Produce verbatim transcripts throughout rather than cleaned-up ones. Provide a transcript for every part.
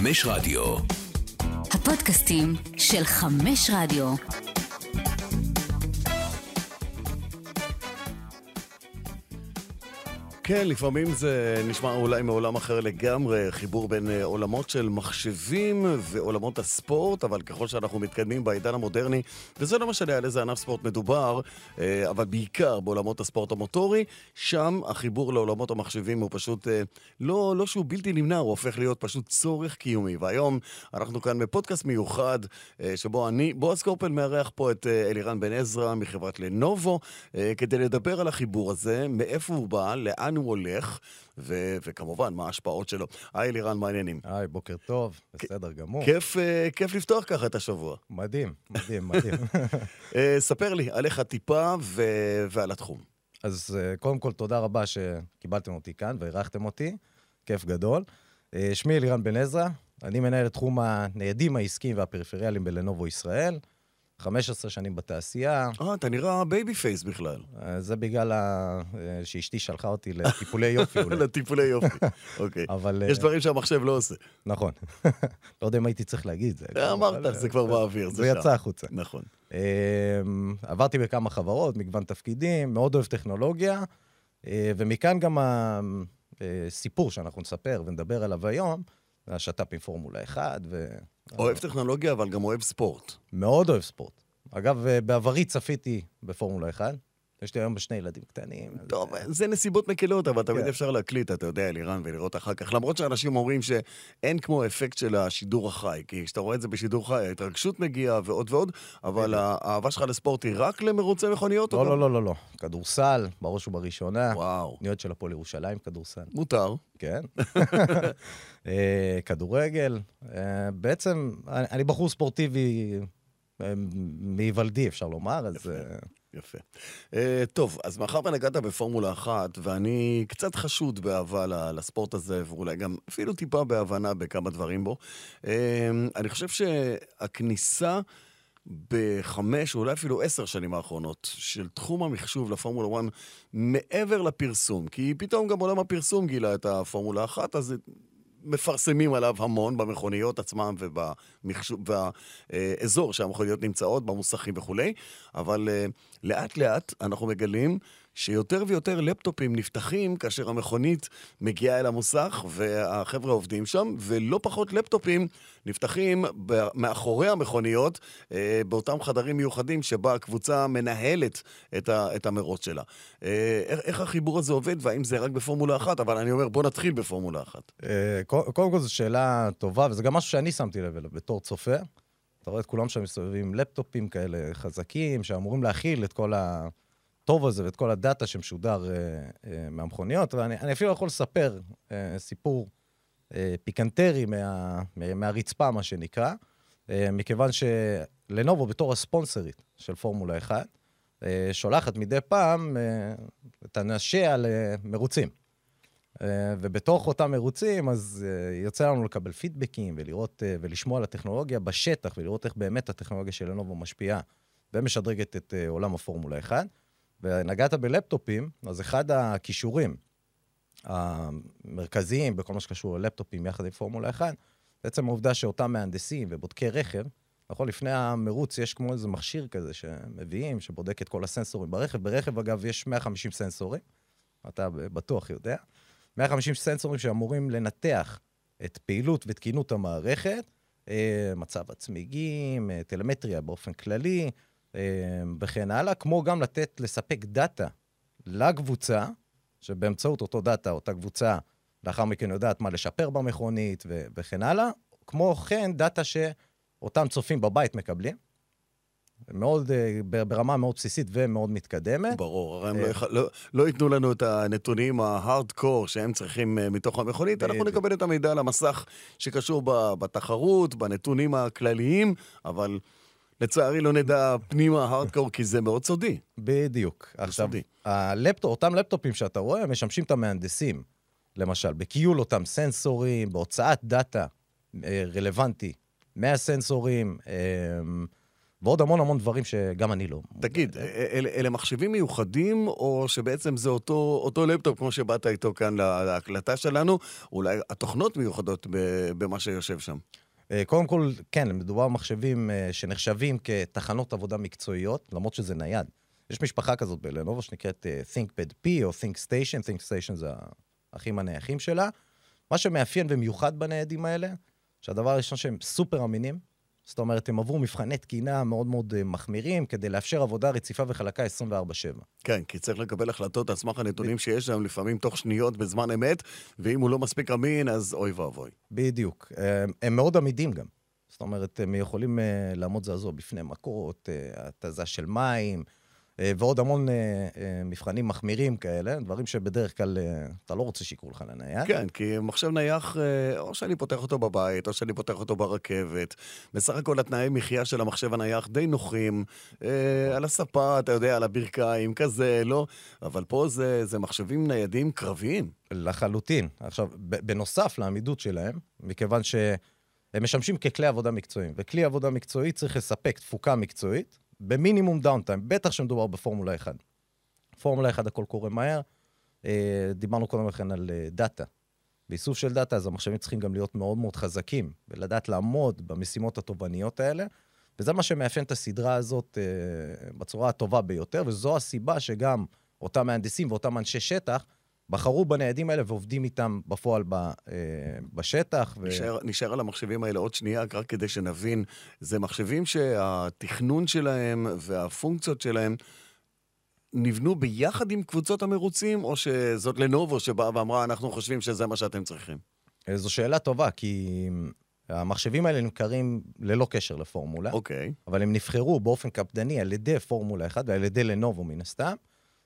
חמש רדיו. הפודקאסטים של חמש רדיו. כן, לפעמים זה נשמע אולי מעולם אחר לגמרי, חיבור בין עולמות של מחשבים ועולמות הספורט, אבל ככל שאנחנו מתקדמים בעידן המודרני, וזה לא משנה על איזה ענף ספורט מדובר, אבל בעיקר בעולמות הספורט המוטורי, שם החיבור לעולמות המחשבים הוא פשוט, לא, לא שהוא בלתי נמנע, הוא הופך להיות פשוט צורך קיומי. והיום אנחנו כאן בפודקאסט מיוחד, שבו אני, בועז קורפל, מארח פה את אלירן בן עזרא מחברת לנובו, כדי לדבר על החיבור הזה, מאיפה הוא בא, לאן הוא הולך, ו- וכמובן, מה ההשפעות שלו. היי, לירן, מה העניינים? היי, בוקר טוב, בסדר גמור. כיף, כיף לפתוח ככה את השבוע. מדהים, מדהים, מדהים. ספר לי עליך טיפה ו- ועל התחום. אז קודם כל, תודה רבה שקיבלתם אותי כאן והערכתם אותי. כיף גדול. שמי אלירן בן עזרא, אני מנהל את תחום הניידים העסקיים והפריפריאליים בלנובו ישראל. חמש עשרה שנים בתעשייה. אה, אתה נראה בייבי פייס בכלל. זה בגלל שאשתי שלחה אותי לטיפולי יופי. לטיפולי יופי, אוקיי. יש דברים שהמחשב לא עושה. נכון. לא יודע אם הייתי צריך להגיד זה. אמרת, זה כבר באוויר. זה יצא החוצה. נכון. עברתי בכמה חברות, מגוון תפקידים, מאוד אוהב טכנולוגיה, ומכאן גם הסיפור שאנחנו נספר ונדבר עליו היום, השת"פ עם פורמולה אחת. אוהב טכנולוגיה, אבל גם אוהב ספורט. מאוד אוהב ספורט. אגב, בעברי צפיתי בפורמולה אחת. יש לי היום בשני ילדים קטנים. טוב, זה נסיבות מקלות, אבל תמיד אפשר להקליט, אתה יודע, אלירן, ולראות אחר כך. למרות שאנשים אומרים שאין כמו אפקט של השידור החי, כי כשאתה רואה את זה בשידור חי, ההתרגשות מגיעה ועוד ועוד, אבל האהבה שלך לספורט היא רק למרוצי מכוניות? לא, לא, לא, לא, לא. כדורסל, בראש ובראשונה. וואו. ניות של הפועל ירושלים, כדורסל. מותר. כן. כדורגל. בעצם, אני בחור ספורטיבי מיוולדי, אפשר לומר, אז... יפה. Uh, טוב, אז מאחר ונגעת בפורמולה אחת, ואני קצת חשוד באהבה לספורט הזה, ואולי גם אפילו טיפה בהבנה בכמה דברים בו, uh, אני חושב שהכניסה בחמש, או אולי אפילו עשר שנים האחרונות, של תחום המחשוב לפורמולה אחת, מעבר לפרסום, כי פתאום גם עולם הפרסום גילה את הפורמולה אחת, אז... מפרסמים עליו המון במכוניות עצמם ובאזור שהמכוניות נמצאות, במוסכים וכו'. אבל לאט לאט אנחנו מגלים שיותר ויותר לפטופים נפתחים כאשר המכונית מגיעה אל המוסך והחבר'ה עובדים שם, ולא פחות לפטופים נפתחים מאחורי המכוניות באותם חדרים מיוחדים שבה הקבוצה מנהלת את, ה, את המרוץ שלה. איך, איך החיבור הזה עובד, והאם זה רק בפורמולה אחת? אבל אני אומר, בוא נתחיל בפורמולה אחת. קודם כל זו שאלה טובה, וזה גם משהו שאני שמתי לב אליו בתור צופה. אתה רואה את כולם שם מסתובבים לפטופים כאלה חזקים, שאמורים להכיל את כל ה... טוב הזה ואת כל הדאטה שמשודר אה, אה, מהמכוניות, ואני אני אפילו יכול לספר אה, סיפור אה, פיקנטרי מה, מה, מהרצפה, מה שנקרא, אה, מכיוון שלנובו בתור הספונסרית של פורמולה אחת, אה, שולחת מדי פעם אה, את אנשיה למרוצים. אה, ובתוך אותם מרוצים, אז אה, יוצא לנו לקבל פידבקים ולראות אה, ולשמוע על הטכנולוגיה בשטח, ולראות איך באמת הטכנולוגיה של לנובו משפיעה ומשדרגת את אה, עולם הפורמולה אחת. ונגעת בלפטופים, אז אחד הכישורים המרכזיים בכל מה שקשור ללפטופים יחד עם פורמולה אחת, בעצם העובדה שאותם מהנדסים ובודקי רכב, נכון, לפני המרוץ יש כמו איזה מכשיר כזה שמביאים, שבודק את כל הסנסורים ברכב. ברכב, אגב, יש מאה וחמישים סנסורים, אתה בטוח יודע, מאה וחמישים סנסורים שאמורים לנתח את פעילות ותקינות המערכת, מצב הצמיגים, טלמטריה באופן כללי, וכן הלאה, כמו גם לתת, לספק דאטה לקבוצה, שבאמצעות אותו דאטה, אותה קבוצה, לאחר מכן יודעת מה לשפר במכונית ו- וכן הלאה, כמו כן דאטה שאותם צופים בבית מקבלים, מאוד, ברמה מאוד בסיסית ומאוד מתקדמת. ברור, הם לא, לא, לא ייתנו לנו את הנתונים ההארדקור שהם צריכים מתוך המכונית, אנחנו נקבל את המידע על המסך שקשור בתחרות, בנתונים הכלליים, אבל... לצערי לא נדע פנימה הארדקור, כי זה מאוד סודי. בדיוק. עכשיו, הלפטופ, אותם לפטופים שאתה רואה, משמשים את המהנדסים, למשל, בקיול אותם סנסורים, בהוצאת דאטה רלוונטי מהסנסורים, ועוד המון המון דברים שגם אני לא... תגיד, אלה, אלה מחשבים מיוחדים, או שבעצם זה אותו, אותו לפטופ, כמו שבאת איתו כאן להקלטה שלנו, אולי התוכנות מיוחדות במה שיושב שם? קודם כל, כן, מדובר במחשבים שנחשבים כתחנות עבודה מקצועיות, למרות שזה נייד. יש משפחה כזאת בלנובו שנקראת ThinkPad P או ThinkStation, ThinkStation זה האחים הנייחים שלה. מה שמאפיין ומיוחד בניידים האלה, שהדבר הראשון שהם סופר אמינים, זאת אומרת, הם עברו מבחני תקינה מאוד מאוד מחמירים, כדי לאפשר עבודה רציפה וחלקה עשרים וארבע שבע. כן, כי צריך לקבל החלטות על סמך הנתונים שיש שם, לפעמים תוך שניות בזמן אמת, ואם הוא לא מספיק אמין, אז אוי ואבוי. בדיוק. הם מאוד עמידים גם. זאת אומרת, הם יכולים לעמוד זעזוע בפני מכות, התזה של מים, ועוד המון מבחנים מחמירים כאלה, דברים שבדרך כלל אתה לא רוצה שיקרו לך לנייד. כן, כי מחשב נייח, או שאני פותח אותו בבית, או שאני פותח אותו ברכבת. בסך הכל התנאי מחיה של המחשב הנייח די נוחים, על הספה, אתה יודע, על הברכיים, כזה, לא? אבל פה זה, זה מחשבים ניידים קרביים. לחלוטין. עכשיו, בנוסף לעמידות שלהם, מכיוון שהם משמשים ככלי עבודה מקצועיים, וכלי עבודה מקצועי צריך לספק תפוקה מקצועית, במינימום דאונטיים, בטח שמדובר בפורמולה אחת. פורמולה אחת הכל קורה מהר, דיברנו קודם לכן על דאטה. באיסוף של דאטה, אז המחשבים צריכים גם להיות מאוד מאוד חזקים, ולדעת לעמוד במשימות התובעניות האלה, וזה מה שמאפיין את הסדרה הזאת בצורה הטובה ביותר, וזו הסיבה שגם אותם מהנדסים ואותם אנשי שטח, בחרו בניידים האלה ועובדים איתם בפועל ב, בשטח. ו... נשאר, נשאר על המחשבים האלה עוד שנייה, רק כדי שנבין, זה מחשבים שהתכנון שלהם והפונקציות שלהם נבנו ביחד עם קבוצות המרוצים, או שזאת לנובו שבאה ואמרה, אנחנו חושבים שזה מה שאתם צריכים? זו שאלה טובה, כי המחשבים האלה נמכרים ללא קשר לפורמולה, אוקיי. אבל הם נבחרו באופן קפדני על ידי פורמולה אחת ועל ידי לנובו מן הסתם,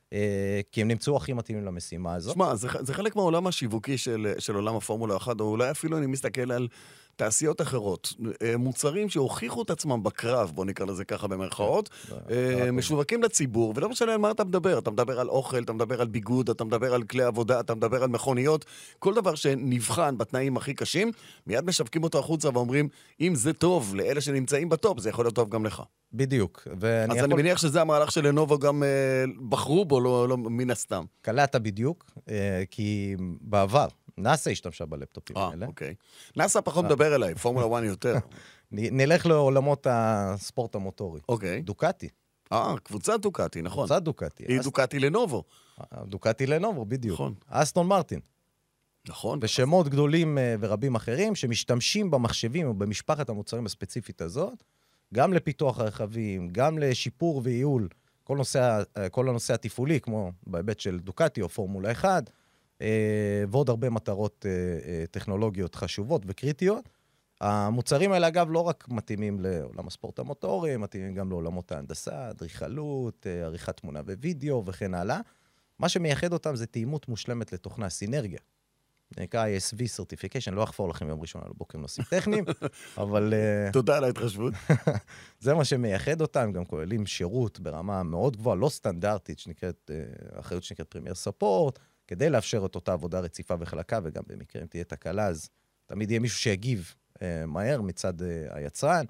כי הם נמצאו הכי מתאימים למשימה הזאת. שמע, זה, זה חלק מהעולם השיווקי של, של עולם הפורמולה אחת, או אולי אפילו אני מסתכל על תעשיות אחרות, מוצרים שהוכיחו את עצמם בקרב, בוא נקרא לזה ככה במרכאות, משווקים לציבור, ולא משנה על מה אתה מדבר, אתה מדבר על אוכל, אתה מדבר על ביגוד, אתה מדבר על כלי עבודה, אתה מדבר על מכוניות, כל דבר שנבחן בתנאים הכי קשים, מיד משווקים אותו החוצה ואומרים, אם זה טוב לאלה שנמצאים בטופ, זה יכול להיות טוב גם לך. בדיוק. אז יכול... אני מניח שזה המהלך של לנובו גם אה, בחרו בו, לא, לא מן הסתם. קלעת בדיוק, אה, כי בעבר, נאסא השתמשה בלפטופים אה, האלה. אוקיי. נאסא פחות מדבר אליי, פורמולה אחת יותר. נלך לעולמות הספורט המוטורי. אוקיי. דוקטי. אה, קבוצת דוקטי, נכון. קבוצת דוקטי. היא דוקטי לנובו. דוקטי לנובו, בדיוק. נכון. אסטון מרטין. נכון. ושמות גדולים ורבים אחרים שמשתמשים במחשבים או במשפחת המוצרים הספציפית הזאת, גם לפיתוח הרכבים, גם לשיפור וייעול, כל נושא, כל הנושא התפעולי, כמו בהיבט של דוקטי או פורמולה אחת, ועוד הרבה מטרות טכנולוגיות חשובות וקריטיות. המוצרים האלה, אגב, לא רק מתאימים לעולם הספורט המוטורי, מתאימים גם לעולמות ההנדסה, אדריכלות, עריכת תמונה ווידאו וכן הלאה. מה שמייחד אותם זה תאימות מושלמת לתוכנה, סינרגיה. זה נקרא איי אס וי Certification, לא אחפור לכם יום ראשון על בוקר נושאים טכניים, אבל... תודה על ההתחשבות. זה מה שמייחד אותם, גם כוללים שירות ברמה מאוד גבוהה, לא סטנדרטית, שנקראת, אחריות שנקראת פרימייר ספורט, כדי לאפשר את אותה עבודה רציפה וחלקה, וגם במקרה אם תהיה תקלה, אז תמיד יהיה מישהו שיגיב מהר מצד היצרן,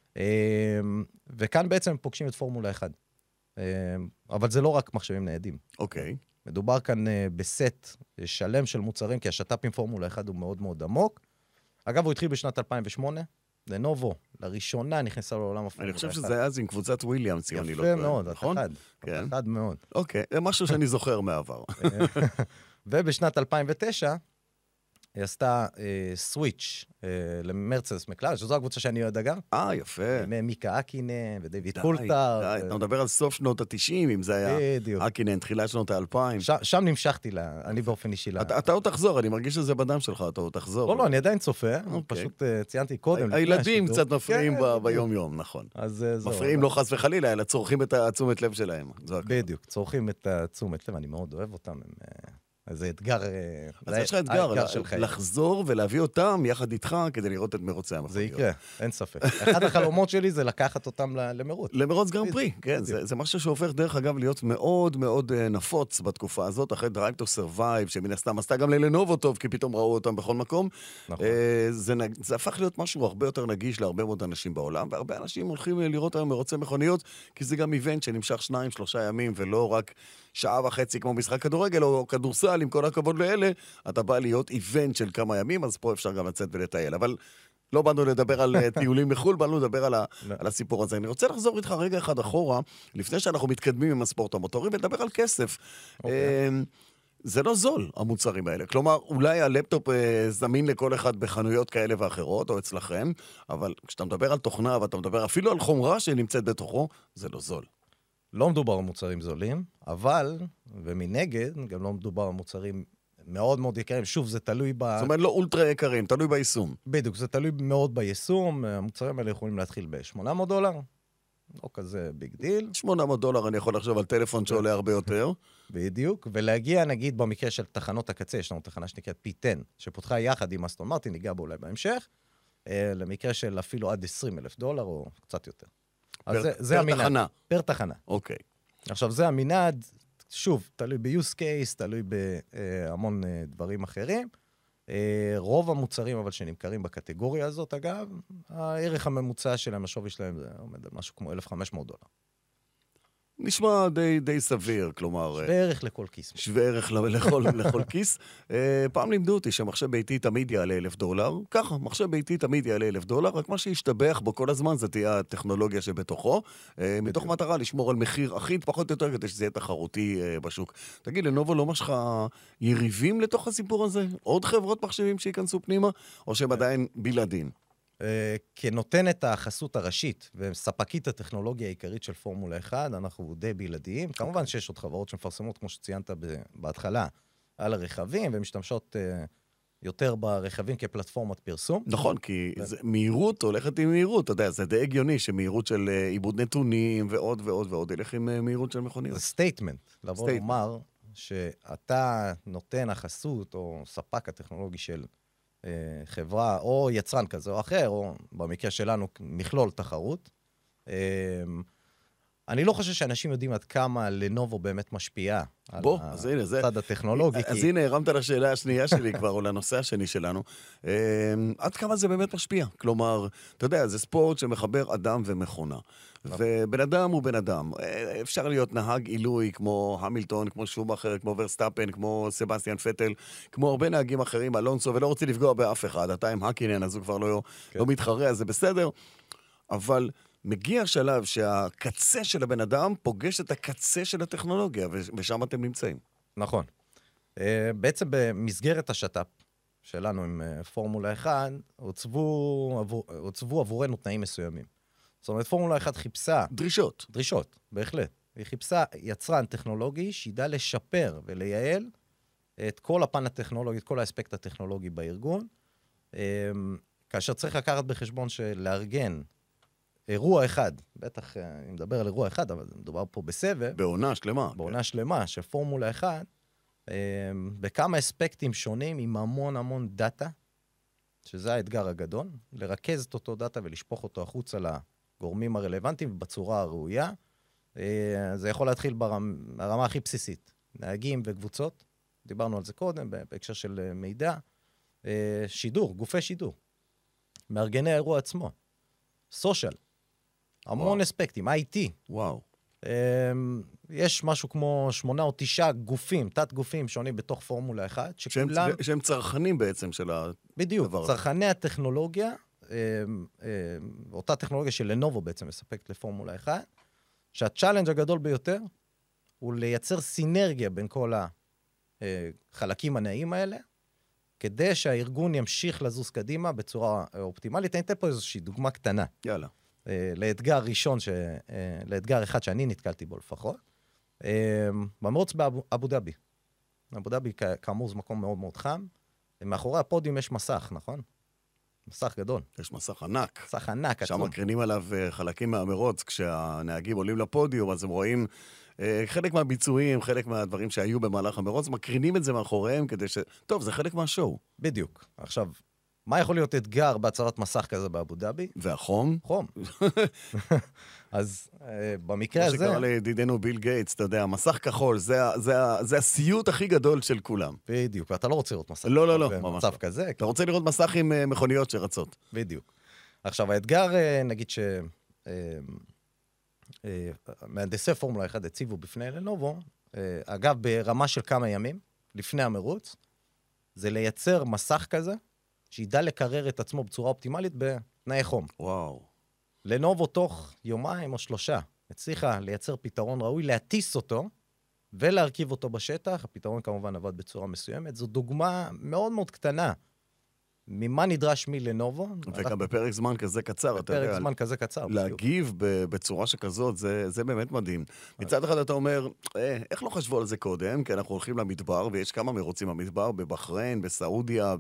וכאן בעצם פוגשים את פורמולה אחת. אבל זה לא רק מחשבים ניידים. אוקיי. מדובר כאן בסט שלם של מוצרים, כי השת"פ עם פורמולה אחת הוא מאוד מאוד עמוק. אגב, הוא התחיל בשנת אלפיים ושמונה, לנובו, לראשונה נכנסה לעולם הפורמולה אחת. אני חושב שזה היה אז עם קבוצת וויליאמס, אם אני לא טועה. יפה מאוד, נכון? אחד, אחד מאוד. אוקיי, זה משהו שאני זוכר מעבר. ובשנת אלפיים ותשע, היא עשתה סוויץ' למרצדס מקלארן, שזו הקבוצה שאני יודע גם. אה, יפה. מיקה אקינן ודייוויד קולטר. די, אתה מדבר על סוף שנות ה-תשעים, אם זה היה אקינן, תחילת שנות ה-אלפיים. שם נמשכתי לה, אני באופן אישי לה. אתה עוד תחזור, אני מרגיש שזה בדם שלך, אתה עוד תחזור. לא, לא, אני עדיין צופה, פשוט ציינתי קודם. הילדים קצת מפריעים ביום-יום, נכון. מפריעים לא חס וחלילה, אלא צורכים את התשומת לב שלהם. בדיוק, צורכים את התשומת לב, אני מאוד אוהב אותם, אז זה אתגר... אז יש לך אתגר, לחזור ולהביא אותם יחד איתך כדי לראות את מרוצי המכוניות. זה יקרה, אין ספק. אחד החלומות שלי זה לקחת אותם למרוץ. למרוץ גרנד פרי, כן. זה משהו שהופך דרך אגב להיות מאוד מאוד נפוץ בתקופה הזאת, אחרי Drive to Survive, שמן הסתם עשתה גם ללנובו טוב, כי פתאום ראו אותם בכל מקום. זה הפך להיות משהו הרבה יותר נגיש להרבה מאוד אנשים בעולם, והרבה אנשים הולכים לראות היום מרוצי מכוניות, כי זה גם איבנט שנמשך שניים, שלושה ימים, ולא רק שעה וחצי כמו משחק כדורגל או כדורסל, עם כל הכבוד לאלה, אתה בא להיות איבנט של כמה ימים, אז פה אפשר גם לצאת ולטייל. אבל לא באנו לדבר על טיולים מחול, באנו לדבר על, ה, על הסיפור הזה. אני רוצה לחזור איתך רגע אחד אחורה, לפני שאנחנו מתקדמים עם הספורט המוטורי, ולדבר על כסף. Okay. זה לא זול, המוצרים האלה. כלומר, אולי הלפטופ זמין לכל אחד בחנויות כאלה ואחרות, או אצלכם, אבל כשאתה מדבר על תוכנה, ואתה מדבר אפילו על חומרה שנמצאת בתוכו, זה לא זול. לא מדובר על מוצרים זולים, אבל, ומנגד, גם לא מדובר על מוצרים מאוד מאוד יקרים. שוב, זה תלוי ב... זאת אומרת, לא אולטרה יקרים, תלוי ביישום. בדיוק, זה תלוי מאוד ביישום. המוצרים האלה יכולים להתחיל ב-שמונה מאות דולר, לא כזה ביג דיל. שמונה מאות דולר, אני יכול לחשוב על טלפון שעולה הרבה יותר. בדיוק, ולהגיע, נגיד, במקרה של תחנות הקצה, יש לנו תחנה שנקראת פי עשר, שפותחה יחד עם אסטון מרטין, ניגע בו אולי בהמשך, למקרה של אפילו עד עשרים אלף דולר, או קצת יותר. פר, זה, זה פר המנעד. תחנה. פר תחנה. אוקיי. עכשיו, זה המנעד, שוב, תלוי ב-use case, תלוי בהמון דברים אחרים. רוב המוצרים, אבל שנמכרים בקטגוריה הזאת, אגב, הערך הממוצע שלהם, השווי שלהם, זה עומד על משהו כמו אלף וחמש מאות דולר. נשמע די, די סביר, כלומר... שווה ערך לכל כיס. שווה ערך לכל, לכל כיס. פעם לימדו אותי שמחשב ביתי תמיד יעלה אלף דולר. ככה, מחשב ביתי תמיד יעלה אלף דולר, רק מה שישתבח בו כל הזמן זה תהיה הטכנולוגיה שבתוכו, מתוך מטרה לשמור על מחיר אחיד, פחות או יותר, כדי שזה יהיה תחרותי בשוק. תגיד, לנובו לא משך יריבים לתוך הסיפור הזה? עוד חברות מחשבים שיכנסו פנימה? או שהם עדיין בלעדין? כנותן את החסות הראשית וספקית הטכנולוגיה העיקרית של פורמולה אחת, אנחנו די בלעדיים. כמובן שיש עוד חברות שמפרסמות, כמו שציינת בהתחלה, על הרכבים, ומשתמשות יותר ברכבים כפלטפורמת פרסום. נכון, כי מהירות הולכת עם מהירות, אתה יודע, זה די הגיוני שמהירות של עיבוד נתונים ועוד ועוד ועוד, ילך עם מהירות של מכוניות. זה סטייטמנט, לבוא לומר שאתה נותן החסות או ספק הטכנולוגי של חברה או יצרן כזה או אחר, או במקרה שלנו מכלול תחרות. אני לא חושב שאנשים יודעים עד כמה לנובו באמת משפיעה על הצד הטכנולוגי. אז הנה, הרמת לשאלה השנייה שלי כבר, או לנושא השני שלנו. עד כמה זה באמת משפיע? כלומר, אתה יודע, זה ספורט שמחבר אדם ומכונה. ובן אדם הוא בן אדם. אפשר להיות נהג עילוי כמו המילטון, כמו שומאכר, כמו ורסטאפן, כמו סבסטיאן פטל, כמו הרבה נהגים אחרים, אלונסו, ולא רוצה לפגוע באף אחד. אתה עם הקינן, אז הוא כבר לא, לא מתחרה, אז זה בסדר. אבל מגיע שלב שהקצה של הבן אדם פוגש את הקצה של הטכנולוגיה, ושם אתם נמצאים. נכון. בעצם במסגרת השטאפ שלנו עם פורמולה אחת, הוצבו, עבור, הוצבו עבורנו תנאים מסוימים. זאת אומרת, פורמולה אחת חיפשה... דרישות. דרישות, בהחלט. היא חיפשה יצרן טכנולוגי שידע לשפר ולייעל את כל הפן הטכנולוגי, את כל האספקט הטכנולוגי בארגון, כאשר צריך לקחת בחשבון שלארגן אירוע אחד, בטח אני מדבר על אירוע אחד, אבל מדובר פה בסבב. בעונה שלמה. בעונה שלמה, שפורמולה אחת, בכמה אספקטים שונים, עם המון המון דאטה, שזה האתגר הגדול, לרכז את אותו דאטה ולשפוך אותו החוצה לגורמים הרלוונטיים בצורה הראויה. זה יכול להתחיל ברמה הכי בסיסית. נהגים וקבוצות, דיברנו על זה קודם, בהקשר של מידע. שידור, גופי שידור. מארגני האירוע עצמו. סושיאל. המון וואו. אספקטים, איי טי. וואו. יש משהו כמו שמונה או תשעה גופים, תת גופים שונים בתוך פורמולה אחת, שכולם... שהם, שהם צרכנים בעצם של הדבר. בדיוק, צרכני הטכנולוגיה, אותה טכנולוגיה של לנובו בעצם מספקת לפורמולה אחת, שהצ'אלנג' הגדול ביותר הוא לייצר סינרגיה בין כל החלקים הנעים האלה, כדי שהארגון ימשיך לזוז קדימה בצורה אופטימלית. אני אתן פה איזושהי דוגמה קטנה. יאללה. לאתגר ראשון, ש... לאתגר אחד שאני נתקלתי בו לפחות. במרוץ באבו דאבי. אבו דאבי כאמור זה מקום מאוד מאוד חם. מאחורי הפודיום יש מסך, נכון? מסך גדול. יש מסך ענק. מסך ענק. שם מקרינים עליו חלקים מהמרוץ, כשהנהגים עולים לפודיום, אז הם רואים חלק מהביצועים, חלק מהדברים שהיו במהלך המרוץ, מקרינים את זה מאחוריהם כדי ש... טוב, זה חלק מהשואו. בדיוק. עכשיו, מה יכול להיות אתגר בהצרת מסך כזה באבו דאבי? והחום? חום. אז במקרה הזה... כמו שקרא לידידנו ביל גייטס, אתה יודע, מסך כחול, זה, זה, זה הסיוט הכי גדול של כולם. בדיוק, ואתה לא רוצה לראות מסך. לא, לא, לא, ממש במצב כזה. אתה רוצה לראות מסך עם מכוניות שרצות. בדיוק. עכשיו, האתגר, נגיד ש... מהנדסי פורמולה אחד הציבו בפני לנובו, אגב, ברמה של כמה ימים, לפני המרוץ, זה לייצר מסך כזה, שידע לקרר את עצמו בצורה אופטימלית בתנאי חום. וואו. לנובו תוך יומיים או שלושה הצליחה לייצר פתרון ראוי, להטיס אותו ולהרכיב אותו בשטח. הפתרון כמובן עבד בצורה מסוימת. זו דוגמה מאוד מאוד קטנה ממה נדרש מלנובו. וגם בפרק זמן כזה קצר, אתה יודע. בפרק זמן כזה קצר. להגיב בצורה שכזאת, זה, זה באמת מדהים. מצד אחד אתה אומר, אה, איך לא חשבו על זה קודם? כי אנחנו הולכים למדבר, ויש כמה מרוצים במדבר, בבחריין, בסעודיה,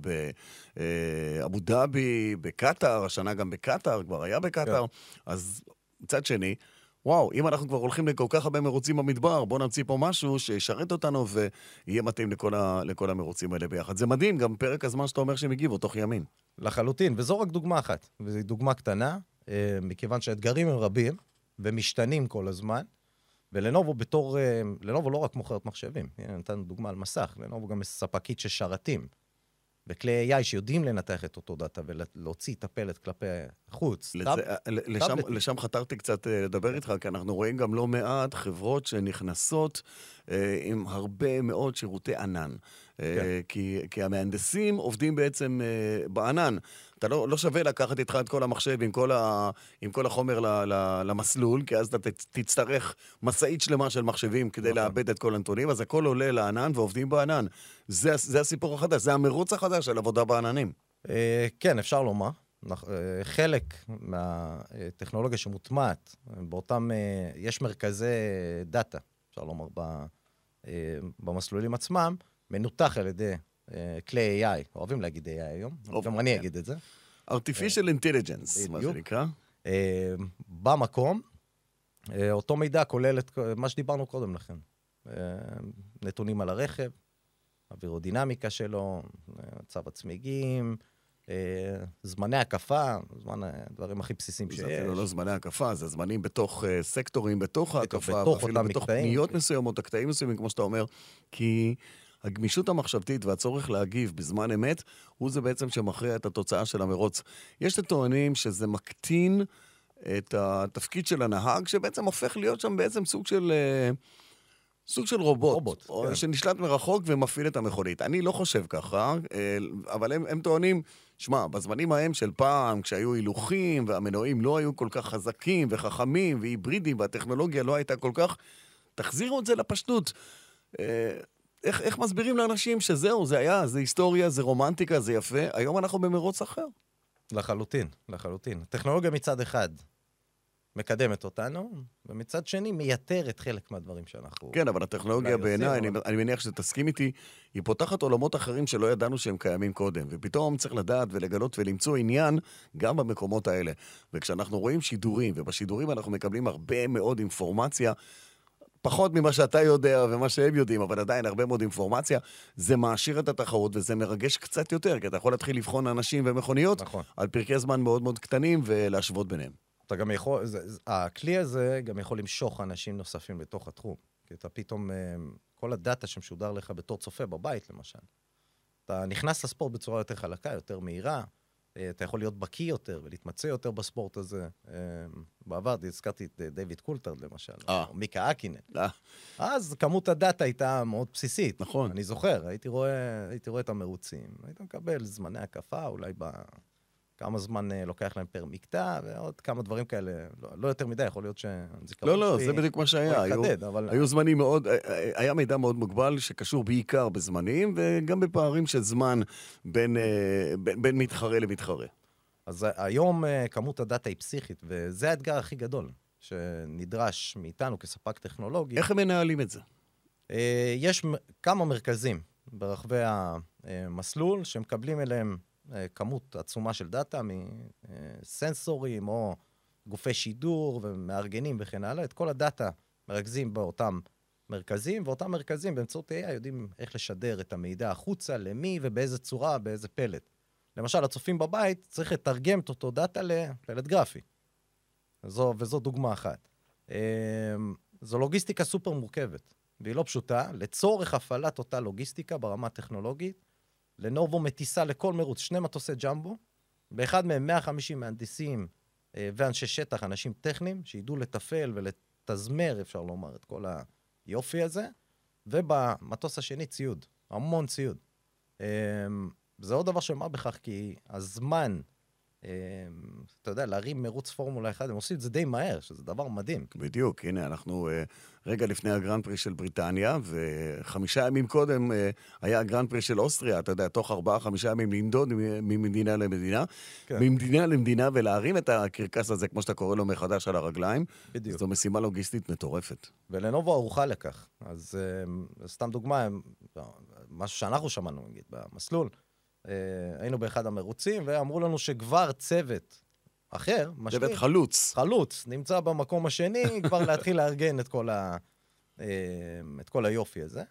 באבו דאבי, בקטר, השנה גם בקטר, כבר היה בקטר. אז מצד שני, וואו, אם אנחנו כבר הולכים לכל כך הרבה מרוצים במדבר, בוא נמציא פה משהו שישרת אותנו ויהיה מתאים לכל, ה, לכל המרוצים האלה ביחד. זה מדהים, גם פרק הזמן שאתה אומר שהם הגיבו, תוך ימים. לחלוטין, וזו רק דוגמה אחת, וזו דוגמה קטנה, מכיוון שהאתגרים הם רבים ומשתנים כל הזמן, ולנובו בתור, לנובו לא רק מוכרת מחשבים, נתנו דוגמה על מסך, לנובו גם ספקית של שרתים, וכלי איי איי שיודעים לנתח את אותו דאטה ולהוציא את הפלט כלפי חוץ. לזה, לשם, לשם חתרתי קצת לדבר איתך, כי אנחנו רואים גם לא מעט חברות שנכנסות אה, עם הרבה מאוד שירותי ענן. כן. אה, כי, כי המהנדסים עובדים בעצם אה, בענן. אתה לא, לא שווה לקחת איתך את כל המחשב עם כל, ה, עם כל החומר ל, ל, למסלול, כי אז אתה תצטרך מסעית שלמה של מחשבים כדי נכון. לאבד את כל הנתונים, אז הכל עולה לענן ועובדים בענן. זה, זה הסיפור החדש, זה המרוץ החדש של עבודה בעננים. אה, כן, אפשר לומר. חלק מהטכנולוגיה שמוטמעת, באותם, יש מרכזי דאטה, אפשר לומר, במסלולים עצמם, מנותח על ידי כלי איי איי, אוהבים להגיד איי איי היום, גם אני אגיד את זה. artificial intelligence, מה זה נקרא? במקום, אותו מידע כולל את מה שדיברנו קודם לכן. נתונים על הרכב, אווירודינמיקה שלו, צו הצמיגים, זמני הקפה, זמן הדברים הכי בסיסיים שיש. זה אפילו לא זמני הקפה, זה זמנים בתוך סקטורים, בתוך הקפה, בתוך אותם בתוך פניות מסוימות, הקטעים מסוימים, כמו שאתה אומר, כי הגמישות המחשבתית והצורך להגיב בזמן אמת, הוא זה בעצם שמכריע את התוצאה של המרוץ. יש את הטוענים שזה מקטין את התפקיד של הנהג, שבעצם הופך להיות שם בעצם סוג של... סוג של רובוט, רובוט או כן. שנשלט מרחוק ומפעיל את המכונית. אני לא חושב ככה, אבל הם, הם טוענים, שמע, בזמנים ההם של פעם, כשהיו הילוכים והמנועים לא היו כל כך חזקים וחכמים והיברידים והטכנולוגיה לא הייתה כל כך, תחזירו את זה לפשטות. איך, איך מסבירים לאנשים שזהו, זה היה, זה היסטוריה, זה רומנטיקה, זה יפה, היום אנחנו במרוץ אחר. לחלוטין, לחלוטין. טכנולוגיה מצד אחד מקדמת אותנו, ומצד שני מייתרת חלק מהדברים שאנחנו... כן, אבל הטכנולוגיה בעיניי, אני, אני מניח שתסכים איתי, היא פותחת עולמות אחרים שלא ידענו שהם קיימים קודם, ופתאום צריך לדעת ולגלות ולמצוא עניין גם במקומות האלה. וכשאנחנו רואים שידורים, ובשידורים אנחנו מקבלים הרבה מאוד אינפורמציה, פחות ממה שאתה יודע ומה שהם יודעים, אבל עדיין הרבה מאוד אינפורמציה, זה מעשיר את התחרות וזה מרגש קצת יותר, כי אתה יכול להתחיל לבחון אנשים ומכוניות, נכון. על פרקי זמן מאוד מאוד קטנים ולהשוות ביניהם. אתה גם יכול, זה, הכלי הזה גם יכול למשוך אנשים נוספים לתוך התחום. כי אתה פתאום, כל הדאטה שמשודר לך בתור צופה בבית, למשל. אתה נכנס לספורט בצורה יותר חלקה, יותר מהירה, אתה יכול להיות בקיא יותר ולהתמצא יותר בספורט הזה. בעבר, הזכרתי את דיוויד קולטרד, למשל, או מיקה אקינן. אז כמות הדאטה הייתה מאוד בסיסית. נכון. אני זוכר, הייתי רואה, הייתי רואה את המרוצים, היית מקבל זמני הקפה, אולי ב... כמה זמן לוקח להם פר מקטע, ועוד כמה דברים כאלה, לא, לא יותר מדי, יכול להיות לא, לא, זה בדיוק מה שהיה. היו, אבל... היו זמנים מאוד, היה מידע מאוד מוגבל שקשור בעיקר בזמנים, וגם בפערים של זמן בין, בין, בין מתחרה למתחרה. אז היום כמות הדאטה היא פסיכית, וזה האתגר הכי גדול שנדרש מאיתנו כספק טכנולוגי. איך הם מנהלים את זה? יש כמה מרכזים ברחבי המסלול, שמקבלים אליהם כמות עצומה של דאטה מסנסורים או גופי שידור ומארגנים וכן הלאה. את כל הדאטה מרכזים באותם מרכזים, ואותם מרכזים באמצעות איי איי יודעים איך לשדר את המידע החוצה, למי ובאיזה צורה, באיזה פלט. למשל, הצופים בבית צריך לתרגם את אותו דאטה לפלט גרפי. זו, וזו דוגמה אחת. זו לוגיסטיקה סופר מורכבת, והיא לא פשוטה. לצורך הפעלת אותה לוגיסטיקה ברמה הטכנולוגית, לנובו מטיסה לכל מרוץ שני מטוסי ג'מבו, באחד מהם מאה וחמישים מהנדסים ואנשי שטח, אנשים טכניים, שידעו לתפעל ולתזמר, אפשר לומר, את כל היופי הזה, ובמטוס השני ציוד, המון ציוד. זה עוד דבר שאומר בכך, כי הזמן, אתה יודע, להרים מרוץ פורמולה אחד, הם עושים את זה די מהר, שזה דבר מדהים. בדיוק, הנה, אנחנו רגע לפני הגרנד פרי של בריטניה, וחמישה ימים קודם היה הגרנד פרי של אוסטריה, אתה יודע, תוך ארבעה, חמישה ימים לנדוד ממדינה למדינה, כן. ממדינה למדינה, ולהרים את הקרקס הזה, כמו שאתה קורא לו מחדש על הרגליים, בדיוק. זו משימה לוגיסטית מטורפת. ולנובו ערוכה לכך. אז סתם דוגמה, משהו שאנחנו שמענו, נגיד, במסלול, היינו באחד המרוצים, ואמרו לנו שכבר צוות אחר, משקיע, צוות חלוץ. חלוץ, נמצא במקום השני, כבר להתחיל לארגן את כל, ה, את כל היופי הזה.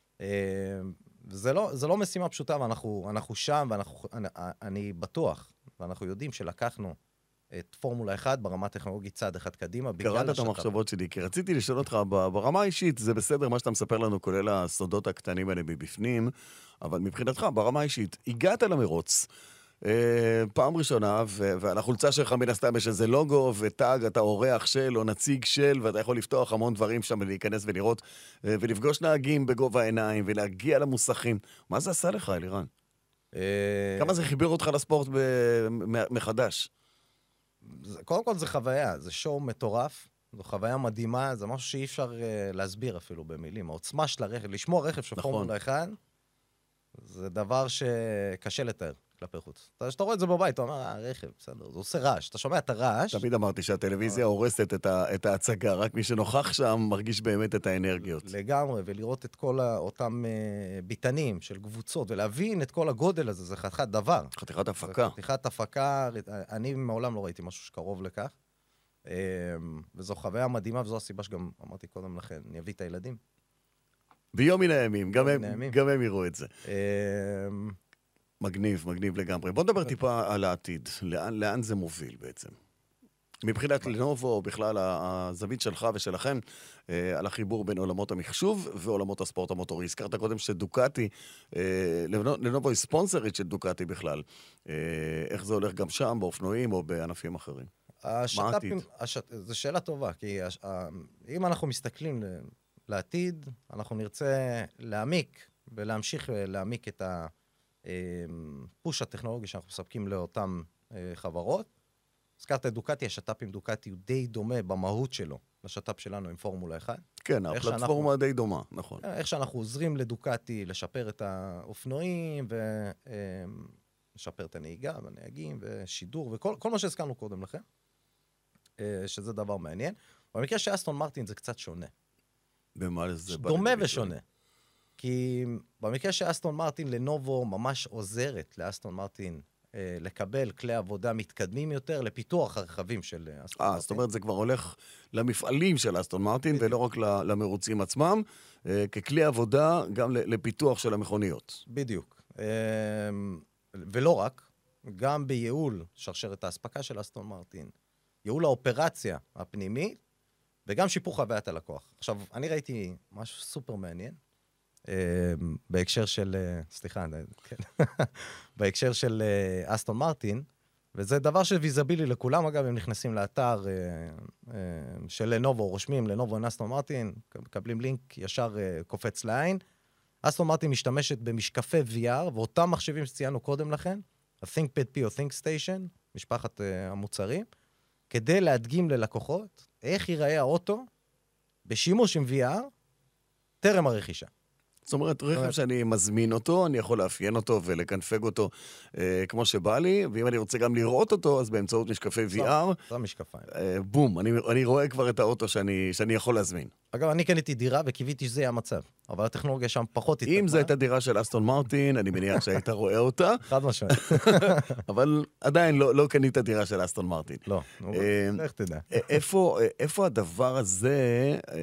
זה לא, זה לא משימה פשוטה, ואנחנו אנחנו שם, ואנחנו, אני, אני בטוח, ואנחנו יודעים שלקחנו את פורמולה אחת ברמה הטכנולוגית צעד אחד קדימה. קראת את המחשבות שלי, כי רציתי לשאול אותך, ברמה האישית, זה בסדר מה שאתה מספר לנו, כולל הסודות הקטנים האלה מבפנים, אבל מבחינתך, ברמה האישית, הגעת למרוץ, אה, פעם ראשונה, ועל החולצה שלך מן הסתם יש איזה לוגו וטאג, אתה אורח של או נציג של, ואתה יכול לפתוח המון דברים שם ולהיכנס ולראות, אה, ולפגוש נהגים בגובה העיניים, ולהגיע למוסכים. מה זה עשה לך, אלירן? אה... כמה זה חיבר אותך לספורט ב- מחדש? קודם כל זה חוויה, זה שואו מטורף, זו חוויה מדהימה, זה משהו שאי אפשר uh, להסביר אפילו במילים. העוצמה של הרכב, לשמוע רכב של נכון. פורמולה אחד, זה דבר שקשה לתאר כלפי חוץ. כשאתה רואה את זה בבית, אתה אומר, הרכב, בסדר, זה עושה רעש, אתה שומע את הרעש. תמיד אמרתי שהטלוויזיה הורסת את, ה, את ההצגה, רק מי שנוכח שם מרגיש באמת את האנרגיות. לגמרי, ולראות את כל אותם uh, ביטנים של קבוצות, ולהבין את כל הגודל הזה, זה חתיכת דבר. חתיכת הפקה. חתיכת הפקה, אני מעולם לא ראיתי משהו שקרוב לכך, um, וזו חוויה מדהימה, וזו הסיבה שגם אמרתי קודם לכן, אני אביא את הילדים. ביום מן הימים, גם, הם, גם הם יראו את זה. Um, מגניב, מגניב לגמרי. בוא נדבר טיפה על העתיד. לאן, לאן זה מוביל בעצם? מבחינת לנובו, או בכלל הזווית שלך ושלכם, אה, על החיבור בין עולמות המחשוב ועולמות הספורט המוטורי. הזכרת קודם שדוקטי, אה, לנובו היא ספונסרית של דוקטי בכלל. אה, איך זה הולך גם שם, באופנועים או בענפים אחרים? השטאפים, השט... זו שאלה טובה, כי הש... אם אנחנו מסתכלים לעתיד, אנחנו נרצה להעמיק ולהמשיך להעמיק את ה... פוש הטכנולוגי שאנחנו מספקים לאותן חברות. הזכרת את דוקטי, השטאפ עם דוקטי הוא די דומה במהות שלו, לשטאפ שלנו עם פורמולה אחת. כן, הפלטפורמה שאנחנו, די דומה, נכון. איך שאנחנו עוזרים לדוקטי לשפר את האופנועים, ולשפר את הנהיגה, והנהגים, ושידור, וכל כל מה שהזכרנו קודם לכן, שזה דבר מעניין. במקרה שאסטון מרטין זה קצת שונה. במה זה? דומה ושונה. כי במקרה שאסטון מרטין לנובו ממש עוזרת לאסטון מרטין אה, לקבל כלי עבודה מתקדמים יותר לפיתוח הרכבים של אסטון מרטין. אה, זאת אומרת, זה כבר הולך למפעלים של אסטון מרטין, ולא רק למרוצים עצמם, אה, ככלי עבודה גם לפיתוח של המכוניות. בדיוק. אה, ולא רק, גם בייעול שרשרת ההספקה של אסטון מרטין, ייעול האופרציה הפנימית, וגם שיפור חוויית הלקוח. עכשיו, אני ראיתי משהו סופר מעניין, בהקשר של, סליחה, בהקשר של אסטון מרטין, וזה דבר שוויזבילי לכולם, אגב, הם נכנסים לאתר של לנובו, רושמים לנובו עם אסטון מרטין, מקבלים לינק ישר קופץ לעין. אסטון מרטין משתמשת במשקפי וי אר, ואותם מחשבים שציינו קודם לכן, ה-ThinkPad P או ThinkStation, משפחת המוצרים, כדי להדגים ללקוחות איך ייראה האוטו בשימוש עם וי אר, טרם הרכישה. זאת אומרת, רכב שאני מזמין אותו, אני יכול לאפיין אותו ולקנפג אותו אה, כמו שבא לי, ואם אני רוצה גם לראות אותו, אז באמצעות משקפי וי אר, זה המשקפיים. אה, בום, אני, אני רואה כבר את האוטו שאני, שאני יכול להזמין. אגב, אני קניתי דירה וקיוויתי שזה יהיה המצב, אבל הטכנולוגיה שם פחות התקדמה. אם זו הייתה דירה של אסטון מרטין, אני מניח שהיית רואה אותה, חד משמעית. אבל עדיין לא, לא קנית דירה של אסטון מרטין. לא, אה, איך תדע. איפה, איפה הדבר הזה אה,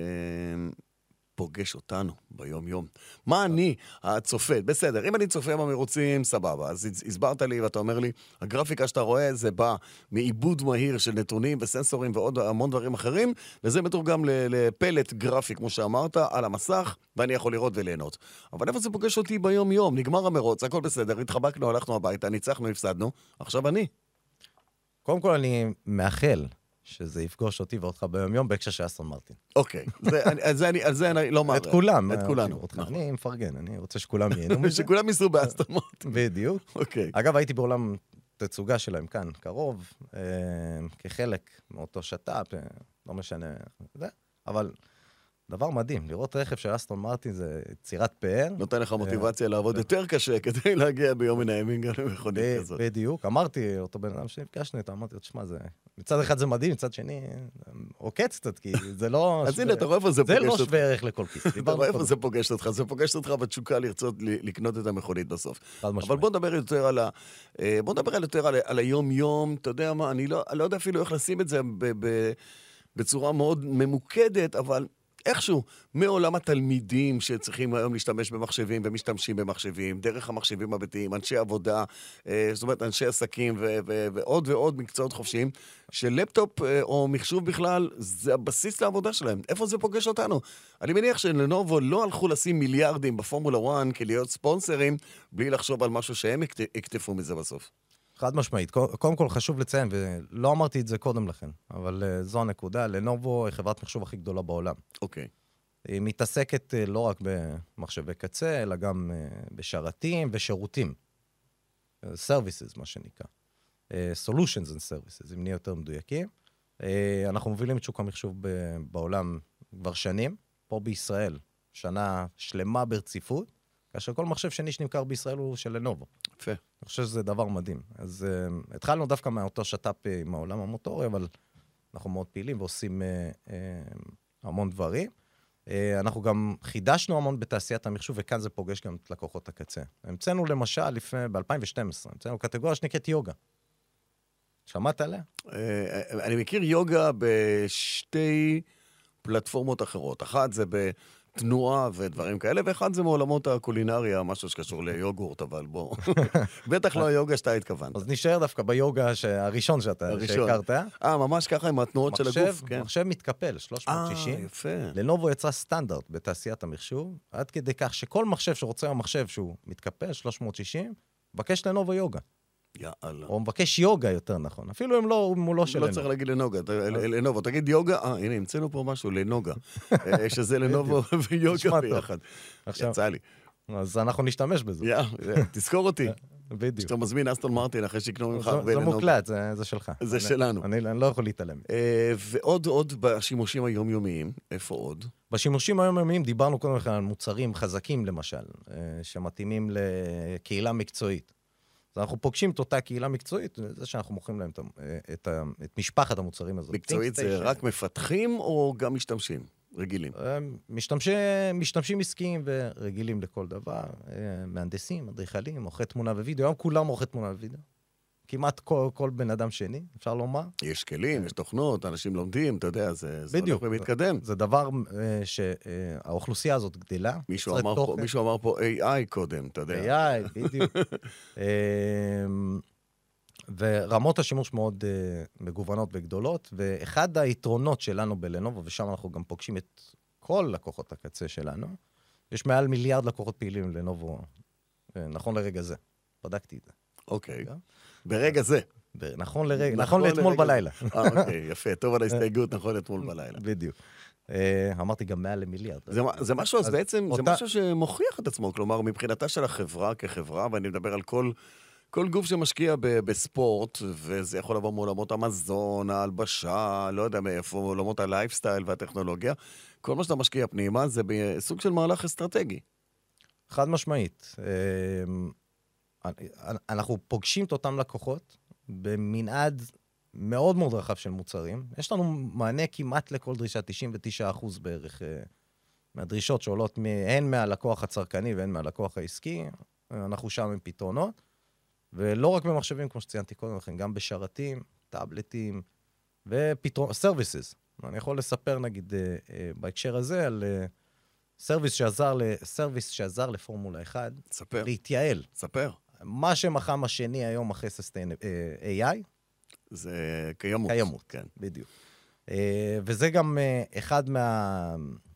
פוגש אותנו ביום-יום? מה אני, הצופה, בסדר, אם אני צופה במרוצים, סבבה, אז הסברת לי ואתה אומר לי, הגרפיקה שאתה רואה זה בא מעיבוד מהיר של נתונים וסנסורים ועוד המון דברים אחרים, וזה מתורגם לפלט גרפי, כמו שאמרת, על המסך, ואני יכול לראות וליהנות. אבל איפה זה פוגש אותי ביום-יום? נגמר המרוץ, הכל בסדר, התחבקנו, הלכנו הביתה, ניצחנו, הפסדנו, עכשיו אני. קודם כל אני מאחל שזה יפגוש אותי ואותך ביום-יום בהקשר של אסטון מרטין. אוקיי, זה, אני, על, זה אני, על זה אני לא מערב. את כולם. את כולנו. נכון. אני מפרגן, אני רוצה שכולם ייהנו מזה. שכולם ייסעו באסטון מרטין. בדיוק. אוקיי. אגב, הייתי בעולם תצוגה שלהם כאן, קרוב, אה, כחלק מאותו שטאפ, אה, לא משנה, זה, אבל דבר מדהים, לראות רכב של אסטון מרטין זה יצירת פאר. נותן לך מוטיבציה לעבוד יותר קשה כדי להגיע ביום מן הימים גם למכונית כזאת. בדיוק, אמרתי, אותו בן אדם שנפגשנו איתו, אמרתי, תשמע, זה... מצד אחד זה מדהים, מצד שני, עוקץ קצת, כי זה לא... אז הנה, אתה רואה איפה זה פוגש אותך. זה לא שווה ערך לכל כיס. אתה רואה איפה זה פוגש אותך, זה פוגש אותך בתשוקה לרצות לקנות את המכונית בסוף. חד משמעית. אבל בוא נדבר יותר על ה... בוא נדבר יותר על היום-יום, אתה יודע מה, אני לא יודע אפילו איך לשים את זה בצורה מאוד ממוקדת, אבל... איכשהו, מעולם התלמידים שצריכים היום להשתמש במחשבים ומשתמשים במחשבים, דרך המחשבים הביתיים, אנשי עבודה, זאת אומרת, אנשי עסקים ו- ו- ועוד ועוד מקצועות חופשיים, שלפטופ או מחשוב בכלל, זה הבסיס לעבודה שלהם. איפה זה פוגש אותנו? אני מניח שלנובו לא הלכו לשים מיליארדים בפורמולה אחת כלהיות ספונסרים, בלי לחשוב על משהו שהם יקטפו מזה בסוף. חד משמעית. קודם כל חשוב לציין, ולא אמרתי את זה קודם לכן, אבל זו הנקודה, לנובו היא חברת מחשוב הכי גדולה בעולם. אוקיי. היא מתעסקת לא רק במחשבי קצה, אלא גם בשרתים ושירותים. Services, מה שנקרא. Solutions and Services, אם נהיה יותר מדויקים. אנחנו מובילים את שוק המחשוב בעולם כבר שנים, פה בישראל, שנה שלמה ברציפות, כאשר כל מחשב שני שנמכר בישראל הוא של לנובו. יפה. אני חושב שזה דבר מדהים. אז uh, התחלנו דווקא מאותו שטאפ עם העולם המוטורי, אבל אנחנו מאוד פעילים ועושים uh, uh, המון דברים. Uh, אנחנו גם חידשנו המון בתעשיית המחשוב, וכאן זה פוגש גם את לקוחות הקצה. המצאנו למשל לפני, ב-אלפיים ושתים עשרה, המצאנו קטגוריה שנקראת יוגה. שמעת עליה? Uh, אני מכיר יוגה בשתי פלטפורמות אחרות. אחת זה ב... תנועה ודברים כאלה, ואחד זה מעולמות הקולינריה, משהו שקשור ליוגורט, אבל בוא. בטח לא היוגה שאתה התכוונת. אז נשאר דווקא ביוגה הראשון שאתה הכרת. אה, ממש ככה עם התנועות של הגוף, כן. מחשב מתקפל, שלוש מאות שישים. אה, יפה. לנובו יצא סטנדרט בתעשיית המחשוב, עד כדי כך שכל מחשב שרוצה היום מחשב שהוא מתקפל, שלוש מאות שישים, מבקש לנובו יוגה. יאללה. או מבקש יוגה יותר נכון, אפילו אם לא, אם הוא לא של לנובו. לא צריך להגיד לנוגה, לנובו, תגיד יוגה, אה, הנה, המצאנו פה משהו, לנוגה, שזה לנובו ויוגה ביחד. יצא לי. אז אנחנו נשתמש בזה. תזכור אותי. בדיוק. שאתה מזמין אסטון מרטין אחרי שיקנו ממך ולנוגה. זה מוקלט, זה שלך. זה שלנו. אני לא יכול להתעלם. ועוד, עוד בשימושים היומיומיים, איפה עוד? בשימושים היומיומיים דיברנו קודם לכן על מוצרים חזקים למשל, שמתאימים לקהילה מקצועית. אז אנחנו פוגשים את אותה קהילה מקצועית, זה שאנחנו מוכרים להם את, את, את משפחת המוצרים הזאת. מקצועית זה רק מפתחים או גם משתמשים? רגילים? משתמשי, משתמשים עסקיים ורגילים לכל דבר, מהנדסים, אדריכלים, עורכי תמונה ווידאו, היום כולם עורכי תמונה ווידאו. כמעט כל, כל בן אדם שני, אפשר לומר. יש כלים, יש תוכנות, אנשים לומדים, אתה יודע, זה, זה הולך ומתקדם. זה דבר שהאוכלוסייה הזאת גדלה. מישהו אמר, פה, מישהו אמר פה איי איי קודם, אתה יודע. איי איי, בדיוק. ורמות השימוש מאוד מגוונות וגדולות, ואחד היתרונות שלנו בלנובו, ושם אנחנו גם פוגשים את כל לקוחות הקצה שלנו, יש מעל מיליארד לקוחות פעילים לנובו, נכון לרגע זה. בדקתי את זה. אוקיי. ברגע זה. נכון לרגע, נכון לאתמול בלילה. אה, אוקיי, יפה. טוב על ההסתייגות, נכון לאתמול בלילה. בדיוק. אמרתי גם מעל למיליארד. זה משהו, אז בעצם, זה משהו שמוכיח את עצמו, כלומר, מבחינתה של החברה כחברה, ואני מדבר על כל... כל גוף שמשקיע בספורט, וזה יכול לבוא מעולמות המזון, ההלבשה, לא יודע מאיפה, מעולמות הלייפסטייל והטכנולוגיה, כל מה שאתה משקיע פנימה זה בסוג של מהלך אסטרטגי. חד משמעית. אנחנו פוגשים את אותם לקוחות במנעד מאוד מאוד רחב של מוצרים. יש לנו מענה כמעט לכל דרישה, תשעים ותשעה אחוז בערך מהדרישות שעולות הן מהלקוח הצרכני והן מהלקוח העסקי. אנחנו שם עם פתרונות, ולא רק במחשבים, כמו שציינתי קודם לכן, גם בשרתים, טאבלטים ופתרונות, סרוויסס. אני יכול לספר, נגיד, בהקשר הזה, על סרוויס שעזר, סרוויס שעזר לפורמולה אחת, ספר. להתייעל. ספר. מה שמחם השני היום אחרי ססטיין איי איי, זה קיימות. קיימות, כן. בדיוק. וזה גם אחד מה...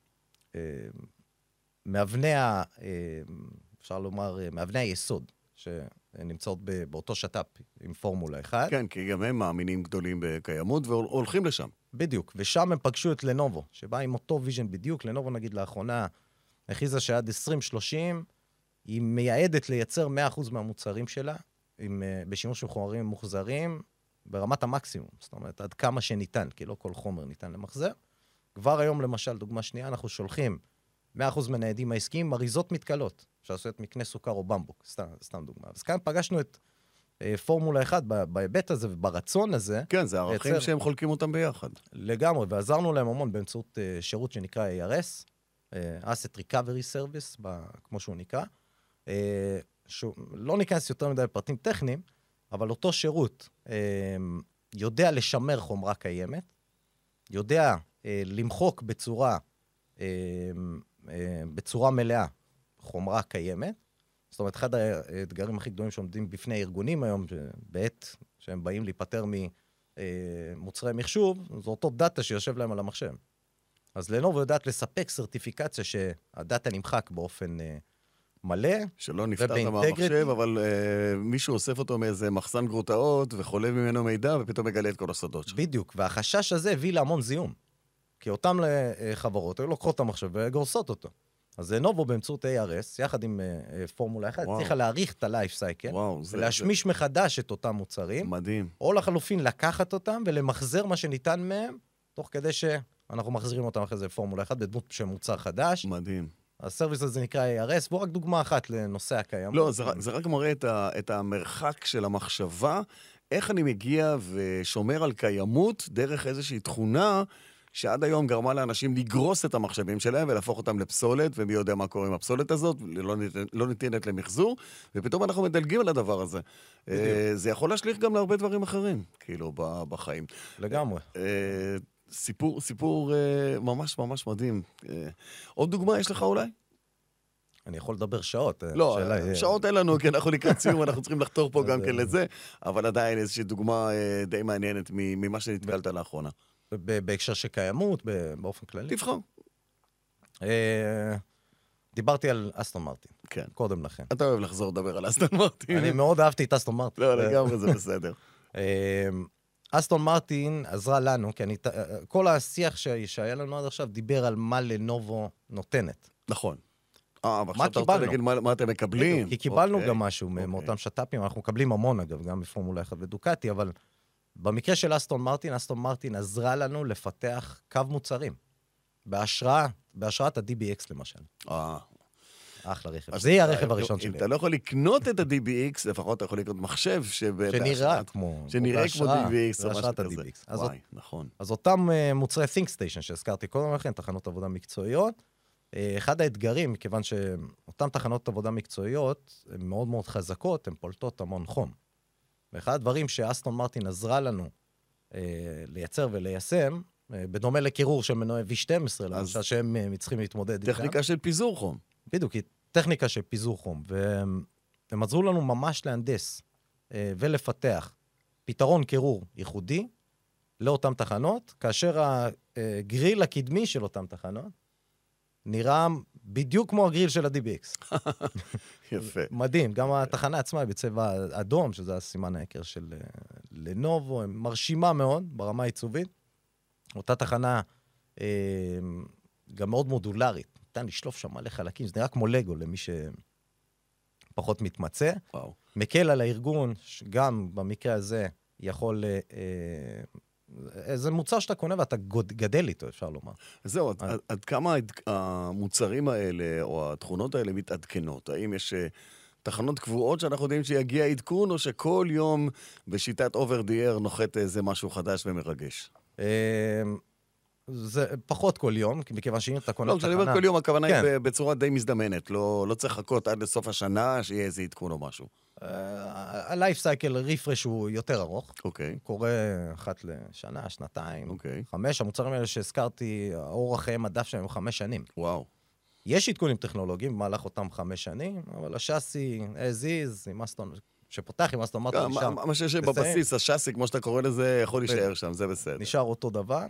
מאבני ה... אפשר לומר, מאבני היסוד, שנמצאות באותו שטאפ עם פורמולה אחת. כן, כי גם הם מאמינים גדולים בקיימות והולכים לשם. בדיוק, ושם הם פגשו את לנובו, שבא עם אותו ויז'ן בדיוק. לנובו, נגיד, לאחרונה, הכריזה שעד עשרים שלושים, היא מייעדת לייצר מאה אחוז מהמוצרים שלה, עם, בשימוש עם חומרים מוחזרים, ברמת המקסימום. זאת אומרת, עד כמה שניתן, כי לא כל חומר ניתן למחזר. כבר היום, למשל, דוגמה שנייה, אנחנו שולחים מאה אחוז מהניידים העסקיים, אריזות מתקלות, שעשויות מקנה סוכר או במבוק, סתם, סתם דוגמה. אז כאן פגשנו את אה, פורמולה אחת בהיבט הזה וברצון הזה. כן, זה ערכים לייצר... שהם חולקים אותם ביחד. לגמרי, ועזרנו להם המון באמצעות אה, שירות שנקרא איי אר אס, אה, Asset Recovery Service, ב, כמו שהוא נקרא. אה, שהוא, לא ניכנס יותר מדי בפרטים טכניים, אבל אותו שירות אה, יודע לשמר חומרה קיימת, יודע אה, למחוק בצורה, אה, אה, בצורה מלאה חומרה קיימת. זאת אומרת, אחד האתגרים הכי גדולים שעומדים בפני ארגונים היום, בעת שהם באים להיפטר ממוצרי מחשוב, זה אותו דאטה שיושב להם על המחשב. אז לנובו יודעת לספק סרטיפיקציה שהדאטה נמחק באופן אה, מלא. שלא נפטרת מהמחשב, אבל אה, מישהו אוסף אותו מאיזה מחסן גרוטאות וחולב ממנו מידע ופתאום מגלה את כל הסודות שלו. בדיוק, והחשש הזה הביא להמון זיהום. כי אותם חברות היו לוקחות את המחשב וגורסות אותו. אז לנובו באמצעות איי אר אס, יחד עם uh, פורמולה אחת, צריכה להאריך את ה-life cycle, ולהשמיש זה... מחדש את אותם מוצרים. מדהים. או לחלופין לקחת אותם ולמחזר מה שניתן מהם, תוך כדי שאנחנו מחזירים אותם אחרי זה לפורמולה אחת, בדמות של מוצר חדש. מדהים. הסרוויס הזה נקרא איי אר אס, והוא רק דוגמה אחת לנושא הקיים. לא, זה, זה רק מראה את, ה, את המרחק של המחשבה, איך אני מגיע ושומר על קיימות דרך איזושהי תכונה, שעד היום גרמה לאנשים לגרוס את המחשבים שלהם ולהפוך אותם לפסולת, ומי יודע מה קורה עם הפסולת הזאת, לא, ניתן, לא ניתנת למחזור, ופתאום אנחנו מדלגים על הדבר הזה. זה יכול להשליך גם להרבה דברים אחרים, כאילו, בחיים. לגמרי. סיפור, סיפור ממש ממש מדהים. עוד דוגמה יש לך אולי? אני יכול לדבר שעות. לא, שעות אין לנו, כי אנחנו לקראת סיום, אנחנו צריכים לחתור פה גם כן לזה, אבל עדיין איזושהי דוגמה די מעניינת ממה שנתקלת לאחרונה. בהקשר שקיימות, באופן כללי. תבחר. דיברתי על אסטון מרטין. כן. קודם לכן. אתה אוהב לחזור לדבר על אסטון מרטין. אני מאוד אהבתי את אסטון מרטין. לא, לגמרי זה בסדר. אסטון מרטין עזרה לנו, כי כל השיח שהיה לנו עד עכשיו דיבר על מה לנובו נותנת. נכון. אה, ועכשיו אתה רוצה להגיד מה אתם מקבלים. כי קיבלנו גם משהו מאותם שטאפים, אנחנו מקבלים המון אגב, גם בפורמולה אחת ודוקטי, אבל במקרה של אסטון מרטין, אסטון מרטין עזרה לנו לפתח קו מוצרים. בהשראה, בהשראת ה-די בי אקס למשל. אה. אחלה רכב. זה יהיה הרכב הראשון שלי. אם אתה לא יכול לקנות את ה-די בי אקס, לפחות אתה יכול לקנות מחשב שנראה כמו... שנראה כמו די בי אקס. בהשראת ה-די בי אקס. וואי, נכון. אז אותם מוצרי Think Station שהזכרתי קודם לכן, תחנות עבודה מקצועיות, אחד האתגרים, מכיוון שאותן תחנות עבודה מקצועיות, הן מאוד מאוד חזקות, הן פולטות המון חום. ואחד הדברים שאסטון מרטין עזרה לנו אה, לייצר וליישם, אה, בדומה לקירור של מנועי וי שתים עשרה, למשל שהם אה, צריכים להתמודד איתם. טכניקה של פיזור חום. בדיוק, היא טכניקה של פיזור חום. והם עזרו לנו ממש להנדס אה, ולפתח פתרון קירור ייחודי לאותן תחנות, כאשר הגריל הקדמי של אותן תחנות נראה בדיוק כמו הגריל של ה-די בי אקס. יפה. מדהים, גם התחנה עצמה היא בצבע אדום, שזה הסימן העיקר של לנובו, מרשימה מאוד ברמה העיצובית. אותה תחנה אה, גם מאוד מודולרית, ניתן לשלוף שם מלא חלקים, זה נראה כמו לגו למי שפחות מתמצא. וואו. מקל על הארגון, גם במקרה הזה יכול אה, זה מוצר שאתה קונה ואתה גדל איתו, אפשר לומר. זהו, עד, עד, עד כמה המוצרים האלה, או התכונות האלה מתעדכנות? האם יש תחנות קבועות שאנחנו יודעים שיגיע עדכון, או שכל יום בשיטת over the air נוחת איזה משהו חדש ומרגש? זה פחות כל יום, מכיוון שאם אתה קונה לא, תחנה... כשאני אומר כל יום, הכוונה היא בצורה די מזדמנת, לא, לא צריך לחכות עד לסוף השנה שיהיה איזה עדכון או משהו. ה-life cycle refresh הוא יותר ארוך. אוקיי. קורה אחת לשנה, שנתיים, אוקיי. חמש. המוצרים האלה שהזכרתי, האורח חיי מדף שלהם חמש שנים. וואו. יש עדכונים טכנולוגיים במהלך אותם חמש שנים, אבל השאסי, as is, עם אסטון, שפותח עם אסטון מרטין, נשאר... מה שיש בבסיס, השאסי, כמו שאתה קורא לזה, יכול להישאר שם, זה בסדר. נשאר אותו דבר.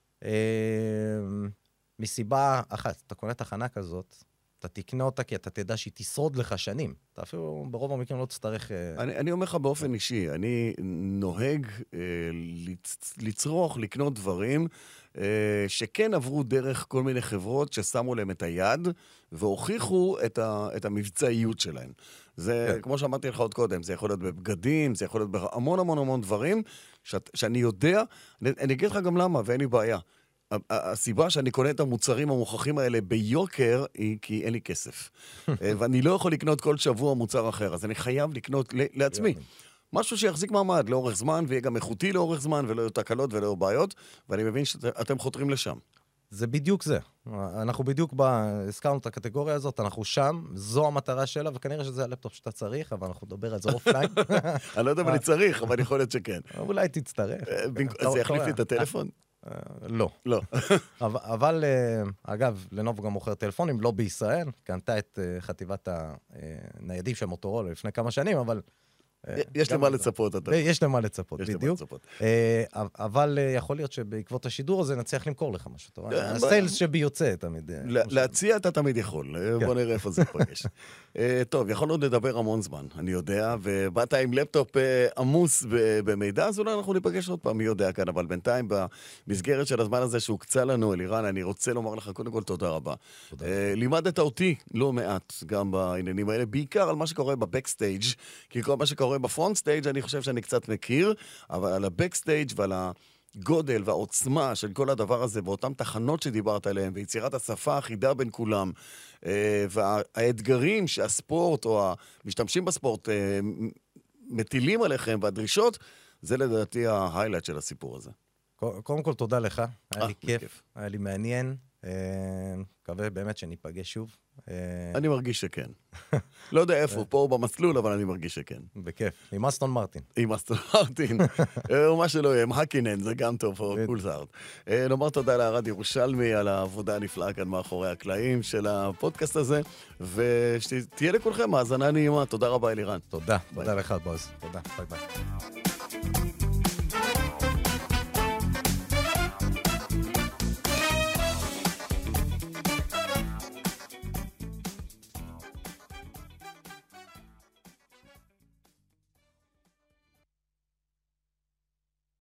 מסיבה אחת, אתה קונה תחנה כזאת, אתה תקנה אותה כי אתה תדע שהיא תשרוד לך שנים. אתה אפילו ברוב המקרים לא תצטרך... אני, אני אומר לך באופן אישי, אני נוהג אה, לצ, לצרוך, לקנות דברים אה, שכן עברו דרך כל מיני חברות ששמו להם את היד והוכיחו את, ה, את המבצעיות שלהם. זה, כן. כמו שאמרתי לך עוד קודם, זה יכול להיות בבגדים, זה יכול להיות בהמון המון המון דברים שאת, שאני יודע, אני, אני אגיד לך גם למה, ואין לי בעיה. הסיבה שאני קונה את המוצרים המוכחים האלה ביוקר היא כי אין לי כסף. ואני לא יכול לקנות כל שבוע מוצר אחר, אז אני חייב לקנות לעצמי. משהו שיחזיק מעמד לאורך זמן, ויהיה גם איכותי לאורך זמן, ולא יהיו תקלות ולא יהיו בעיות, ואני מבין שאתם חותרים לשם. זה בדיוק זה. אנחנו בדיוק ב... הזכרנו את הקטגוריה הזאת, אנחנו שם, זו המטרה שלה, וכנראה שזה הלפטופ שאתה צריך, אבל אנחנו נדבר על זה אופליין. אני לא יודע אם אני צריך, אבל יכול להיות שכן. אולי תצטרך. זה יחליף לי את הטלפון? לא. לא. אבל, אגב, לנובו גם מוכר טלפונים, לא בישראל, קנתה את חטיבת הניידים של מוטורולה לפני כמה שנים, אבל... יש למה לצפות, אתה. יש למה לצפות, בדיוק. אבל יכול להיות שבעקבות השידור הזה נצליח למכור לך משהו. הסיילס שבי יוצא תמיד. להציע אתה תמיד יכול. בוא נראה איפה זה פגש. טוב, יכולנו לדבר המון זמן, אני יודע, ובאת עם לפטופ עמוס במידע, אז אולי אנחנו ניפגש עוד פעם, מי יודע כאן, אבל בינתיים במסגרת של הזמן הזה שהוקצה לנו, אלירן, אני רוצה לומר לך קודם כל תודה רבה. לימדת אותי לא מעט גם בעניינים האלה, בעיקר על מה שקורה בבקסטייג', כי כל מה שקורה בפרונט סטייג' אני חושב שאני קצת מכיר, אבל על הבקסטייג' ועל הגודל והעוצמה של כל הדבר הזה, ואותם תחנות שדיברת עליהן, ויצירת השפה האחידה בין כולם, והאתגרים שהספורט או המשתמשים בספורט מטילים עליכם, והדרישות, זה לדעתי ההיילייט של הסיפור הזה. קודם כל תודה לך, היה לי כיף, היה לי מעניין, מקווה באמת שניפגש שוב. אני מרגיש שכן. לא יודע איפה, פה במסלול, אבל אני מרגיש שכן. בכיף, עם אסטון מרטין. עם אסטון מרטין, או מה שלא יהיה, עם הקינן, זה גם טוב, או קולסארט. נאמר תודה לארד ירושלמי על העבודה הנפלאה כאן מאחורי הקלעים של הפודקאסט הזה, ושתהיה לכולכם האזנה נעימה. תודה רבה, אלירן. תודה, תודה לך, בוז. תודה, ביי ביי.